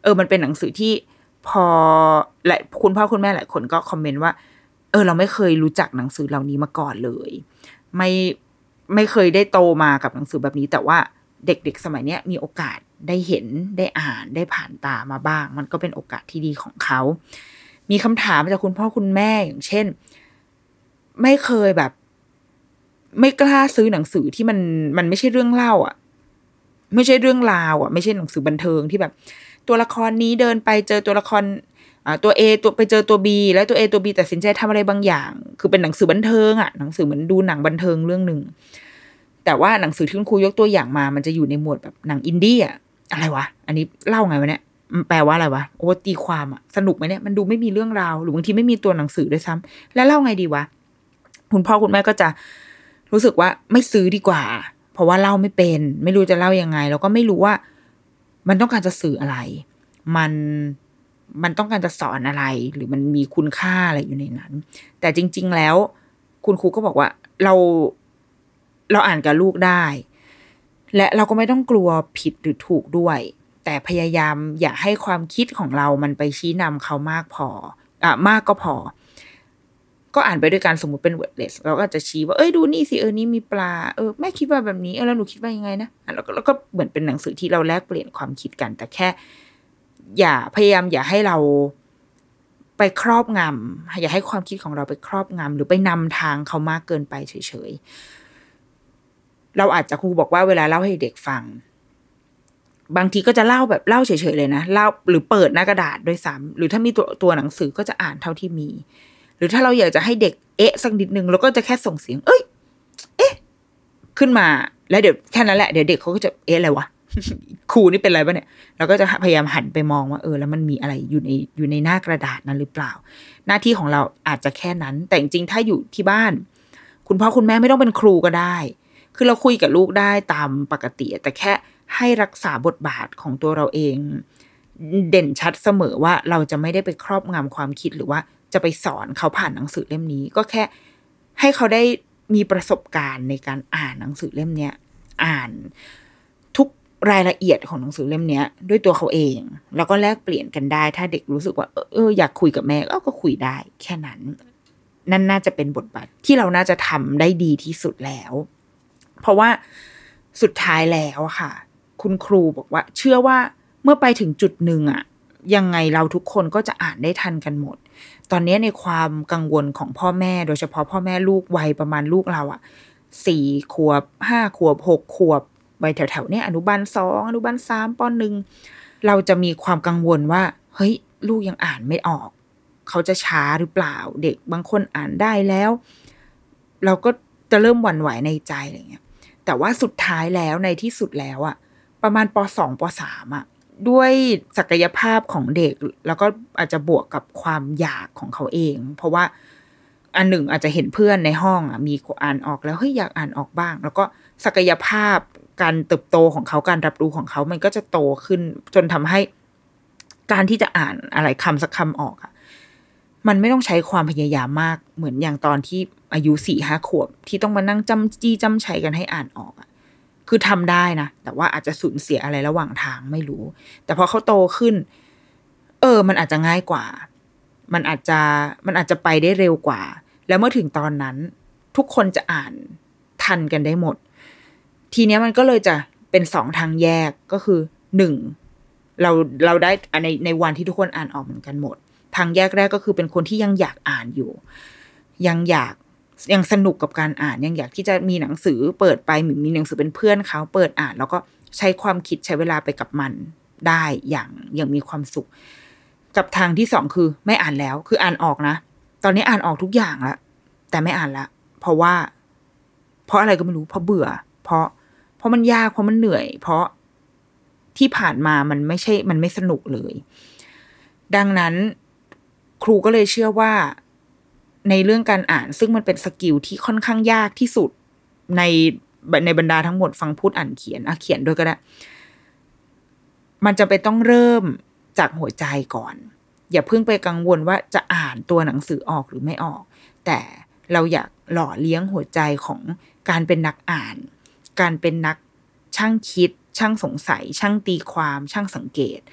เออมันเป็นหนังสือที่พอและคุณพ่อคุณแม่หลายคนก็คอมเมนต์ว่าเออเราไม่เคยรู้จักหนังสือเหล่านี้มาก่อนเลยไม่ไม่เคยได้โตมากับหนังสือแบบนี้แต่ว่าเด็กๆสมัยเนี้ยมีโอกาสได้เห็นได้อ่านได้ผ่านตามาบ้างมันก็เป็นโอกาสที่ดีของเขามีคำถามจากคุณพ่อคุณแม่อย่างเช่นไม่เคยแบบไม่กล้าซื้อหนังสือที่มันมันไม่ใช่เรื่องเล่าอ่ะไม่ใช่เรื่องราวอ่ะไม่ใช่หนังสือบันเทิงที่แบบตัวละครนี้เดินไปเจอตัวละครอ่าตัว A ตัวไปเจอตัว B แล้วตัว A ตัว B ตัดสินใจทำอะไรบางอย่างคือเป็นหนังสือบันเทิงอ่ะหนังสือเหมือนดูหนังบันเทิงเรื่องนึงแต่ว่าหนังสือที่คุณครูยกตัวอย่างมามันจะอยู่ในหมวดแบบหนังอินดี้อ่ะอะไรวะอันนี้เล่าไงวะเนี่ยมันแปลว่าอะไรวะโอ้ตีความอ่ะสนุกไหมเนี่ยมันดูไม่มีเรื่องราวหรือบางทีไม่มีตัวหนังสือด้วยซ้ำแล้วเล่าไงดีวะคุณพ่อคุณแม่ก็จะรู้สึกว่าไม่ซื้อดีกว่าเพราะว่าเล่าไม่เป็นไม่รู้จะเล่ายังไงแล้วก็ไม่รู้ว่ามันต้องการจะสื่ออะไรมันมันต้องการจะสอนอะไรหรือมันมีคุณค่าอะไรอยู่ในนั้นแต่จริงๆแล้วคุณครูก็บอกว่าเราเราอ่านกับลูกได้และเราก็ไม่ต้องกลัวผิดหรือถูกด้วยแต่พยายามอย่าให้ความคิดของเรามันไปชี้นำเขามากพออ่ะมากก็พอก็อ่านไปด้วยกันสมมุติเป็น wordless เราก็จะชี้ว่าเอ้ยดูนี่สิเออนี่มีปลาเออแม่คิดว่าแบบนี้เออแล้วหนูคิดว่ายังไงนะแล้วก็แล้วก็เหมือนเป็นหนังสือที่เราแลกเปลี่ยนความคิดกันแต่แค่อย่าพยายามอย่าให้เราไปครอบงำอย่าให้ความคิดของเราไปครอบงำหรือไปนำทางเขามากเกินไปเฉยๆเราอาจจะครูบอกว่าเวลาเล่าให้เด็กฟังบางทีก็จะเล่าแบบเล่าเฉยๆเลยนะเล่าหรือเปิดหน้ากระดาษด้วยซ้ำหรือถ้ามีตัวตัวหนังสือก็จะอ่านเท่าที่มีหรือถ้าเราอยากจะให้เด็กเอ๊ะสักนิดนึงเราก็จะแค่ส่งเสียงเอ้ยเอ๊ะขึ้นมาแล้วเดี๋ยวแค่นั้นแหละเดี๋ยวเด็กเขาก็จะเอ๊ะอะไรวะ ครูนี่เป็นอะไรบ้างเนี่ยเราก็จะพยายามหันไปมองว่าเออแล้วมันมีอะไรอยู่ในอยู่ในหน้ากระดาษนั้นหรือเปล่าหน้าที่ของเราอาจจะแค่นั้นแต่จริงๆถ้าอยู่ที่บ้านคุณพ่อคุณแม่ไม่ต้องเป็นครูก็ได้คือเราคุยกับลูกได้ตามปกติแต่แค่ให้รักษาบทบาทของตัวเราเองเด่นชัดเสมอว่าเราจะไม่ได้ไปครอบงำความคิดหรือว่าจะไปสอนเขาผ่านหนังสือเล่มนี้ก็แค่ให้เขาได้มีประสบการณ์ในการอ่านหนังสือเล่มเนี้ยอ่านทุกรายละเอียดของหนังสือเล่มนี้ด้วยตัวเขาเองแล้วก็แลกเปลี่ยนกันได้ถ้าเด็กรู้สึกว่าเอออยากคุยกับแม่ก็คุยได้แค่นั้นนั่นน่าจะเป็นบทบาทที่เราน่าจะทำได้ดีที่สุดแล้วเพราะว่าสุดท้ายแล้วค่ะคุณครูบอกว่าเชื่อว่าเมื่อไปถึงจุดหนึ่งอะยังไงเราทุกคนก็จะอ่านได้ทันกันหมดตอนนี้ในความกังวลของพ่อแม่โดยเฉพาะพ่อแม่ลูกวัยประมาณลูกเราอะสี่ขวบห้าขวบหกขวบวัยแถวๆนี้อนุบาลสองอนุบาลสามปหนึ่งเราจะมีความกังวลว่าเฮ้ยลูกยังอ่านไม่ออกเขาจะช้าหรือเปล่าเด็กบางคนอ่านได้แล้วเราก็จะเริ่มหวั่นไหวในใจอะไรเงี้ยแต่ว่าสุดท้ายแล้วในที่สุดแล้วอะประมาณปสองปสามอะด้วยศักยภาพของเด็กแล้วก็อาจจะบวกกับความอยากของเขาเองเพราะว่าอันหนึ่งอาจจะเห็นเพื่อนในห้องอ่ะมีอ่านออกแล้วเฮ้ยอยากอ่านออกบ้างแล้วก็ศักยภาพการเติบโตของเขาการรับรู้ของเขามันก็จะโตขึ้นจนทำให้การที่จะอ่านอะไรคำสักคำออกอ่ะมันไม่ต้องใช้ความพยายามมากเหมือนอย่างตอนที่อายุสี่ห้าขวบที่ต้องมานั่งจำจี้จำชัยกันให้อ่านออกอ่ะคือทำได้นะแต่ว่าอาจจะสูญเสียอะไรระหว่างทางไม่รู้แต่พอเขาโตขึ้นเออมันอาจจะง่ายกว่ามันอาจจะมันอาจจะไปได้เร็วกว่าแล้วเมื่อถึงตอนนั้นทุกคนจะอ่านทันกันได้หมดทีเนี้ยมันก็เลยจะเป็นสองทางแยกก็คือหนึ่งเราเราได้ในในวันที่ทุกคนอ่านออกเหมือนกันหมดทางแยกแรกก็คือเป็นคนที่ยังอยากอ่านอยู่ยังอยากยังสนุกกับการอ่านยังอยากที่จะมีหนังสือเปิดไปหรือมีหนังสือเป็นเพื่อนเขาเปิดอ่านแล้วก็ใช้ความคิดใช้เวลาไปกับมันได้อย่างอย่างมีความสุขกับทางที่สองคือไม่อ่านแล้วคืออ่านออกนะตอนนี้อ่านออกทุกอย่างแล้วแต่ไม่อ่านละเพราะว่าเพราะอะไรก็ไม่รู้เพราะเบื่อเพราะเพราะมันยากเพราะมันเหนื่อยเพราะที่ผ่านมามันไม่ใช่มันไม่สนุกเลยดังนั้นครูก็เลยเชื่อว่าในเรื่องการอ่านซึ่งมันเป็นสกิลที่ค่อนข้างยากที่สุดในในบรรดาทั้งหมดฟังพูดอ่านเขียนอ่ะเขียนด้วยก็ได้มันจะไปต้องเริ่มจากหัวใจก่อนอย่าเพิ่งไปกังวลว่าจะอ่านตัวหนังสือออกหรือไม่ออกแต่เราอยากหล่อเลี้ยงหัวใจของการเป็นนักอ่านการเป็นนักช่างคิดช่างสงสัยช่างตีความช่างสังเกต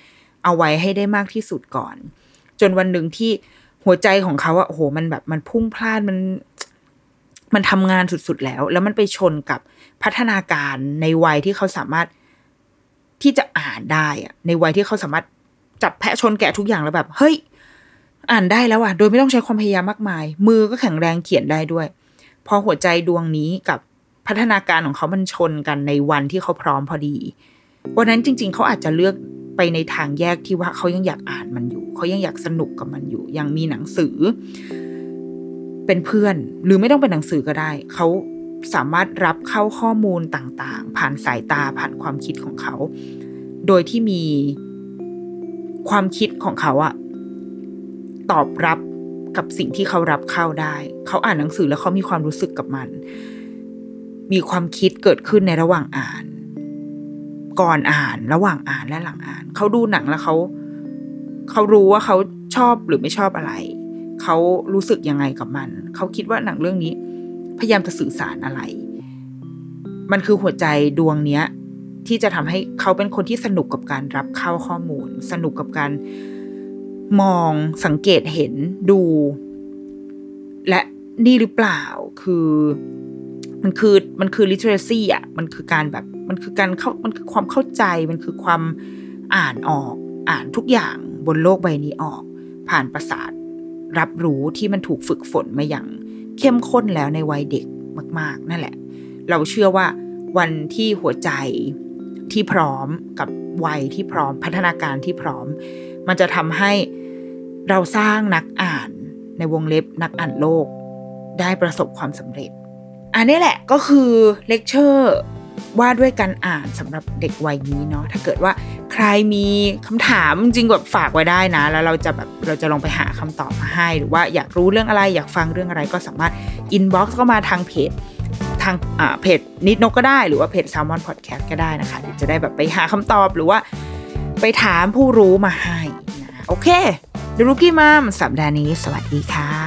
เอาไว้ให้ได้มากที่สุดก่อนจนวันหนึ่งที่หัวใจของเขาอะโอ้โหมันแบบมันพุ่งพล่านมันมันทำงานสุดๆแล้วแล้วมันไปชนกับพัฒนาการในวัยที่เขาสามารถที่จะอ่านได้อะในวัยที่เขาสามารถจับแพะชนแกะทุกอย่างแล้วแบบเฮ้ยอ่านได้แล้วอะโดยไม่ต้องใช้ความพยายามมากมายมือก็แข็งแรงเขียนได้ด้วยพอหัวใจดวงนี้กับพัฒนาการของเขามันชนกันในวันที่เขาพร้อมพอดีวันนั้นจริงๆเขาอาจจะเลือกไปในทางแยกที่ว่าเขายังอยากอ่านมันอยู่เขายังอยากสนุกกับมันอยู่ยังมีหนังสือเป็นเพื่อนหรือไม่ต้องเป็นหนังสือก็ได้เขาสามารถรับเข้าข้อมูลต่างๆผ่านสายตาผ่านความคิดของเขาโดยที่มีความคิดของเขาอะตอบรับกับสิ่งที่เขารับเข้าได้เขาอ่านหนังสือแล้วเขามีความรู้สึกกับมันมีความคิดเกิดขึ้นในระหว่างอ่านก่อนอ่านระหว่างอ่านและหลังอ่านเขาดูหนังแล้วเขาเขารู้ว่าเขาชอบหรือไม่ชอบอะไรเขารู้สึกยังไงกับมันเขาคิดว่าหนังเรื่องนี้พยายามจะสื่อสารอะไรมันคือหัวใจดวงเนี้ยที่จะทำให้เขาเป็นคนที่สนุกกับการรับเข้าข้อมูลสนุกกับการมองสังเกตเห็นดูและนี่หรือเปล่าคือมันคือมันคือ literacy อ่ะมันคือการแบบมันคือการเข้ามันคือความเข้าใจมันคือความอ่านออกอ่านทุกอย่างบนโลกใบนี้ออกผ่านประสาทรับรู้ที่มันถูกฝึกฝนมาอย่างเข้มข้นแล้วในวัยเด็กมากๆนั่นแหละเราเชื่อว่าวันที่หัวใจที่พร้อมกับวัยที่พร้อมพัฒนาการที่พร้อมมันจะทำให้เราสร้างนักอ่านในวงเล็บนักอ่านโลกได้ประสบความสำเร็จอันนี้แหละก็คือเลคเชอร์ว่าด้วยการอ่านสำหรับเด็กวัยนี้เนาะถ้าเกิดว่าใครมีคำถามจริงแบบฝากไว้ได้นะแล้วเราจะแบบเราจะลองไปหาคำตอบมาให้หรือว่าอยากรู้เรื่องอะไรอยากฟังเรื่องอะไรก็สามารถอินบ็อกซ์เข้ามาทางเพจทางอ่าเพจนิดนกก็ได้หรือว่าเพจ Salmon Podcast ก็ได้นะคะเดี๋ยวจะได้แบบไปหาคำตอบหรือว่าไปถามผู้รู้มาให้นะโอเคดูรุกี้มัมสัปดาห์นี้สวัสดีค่ะ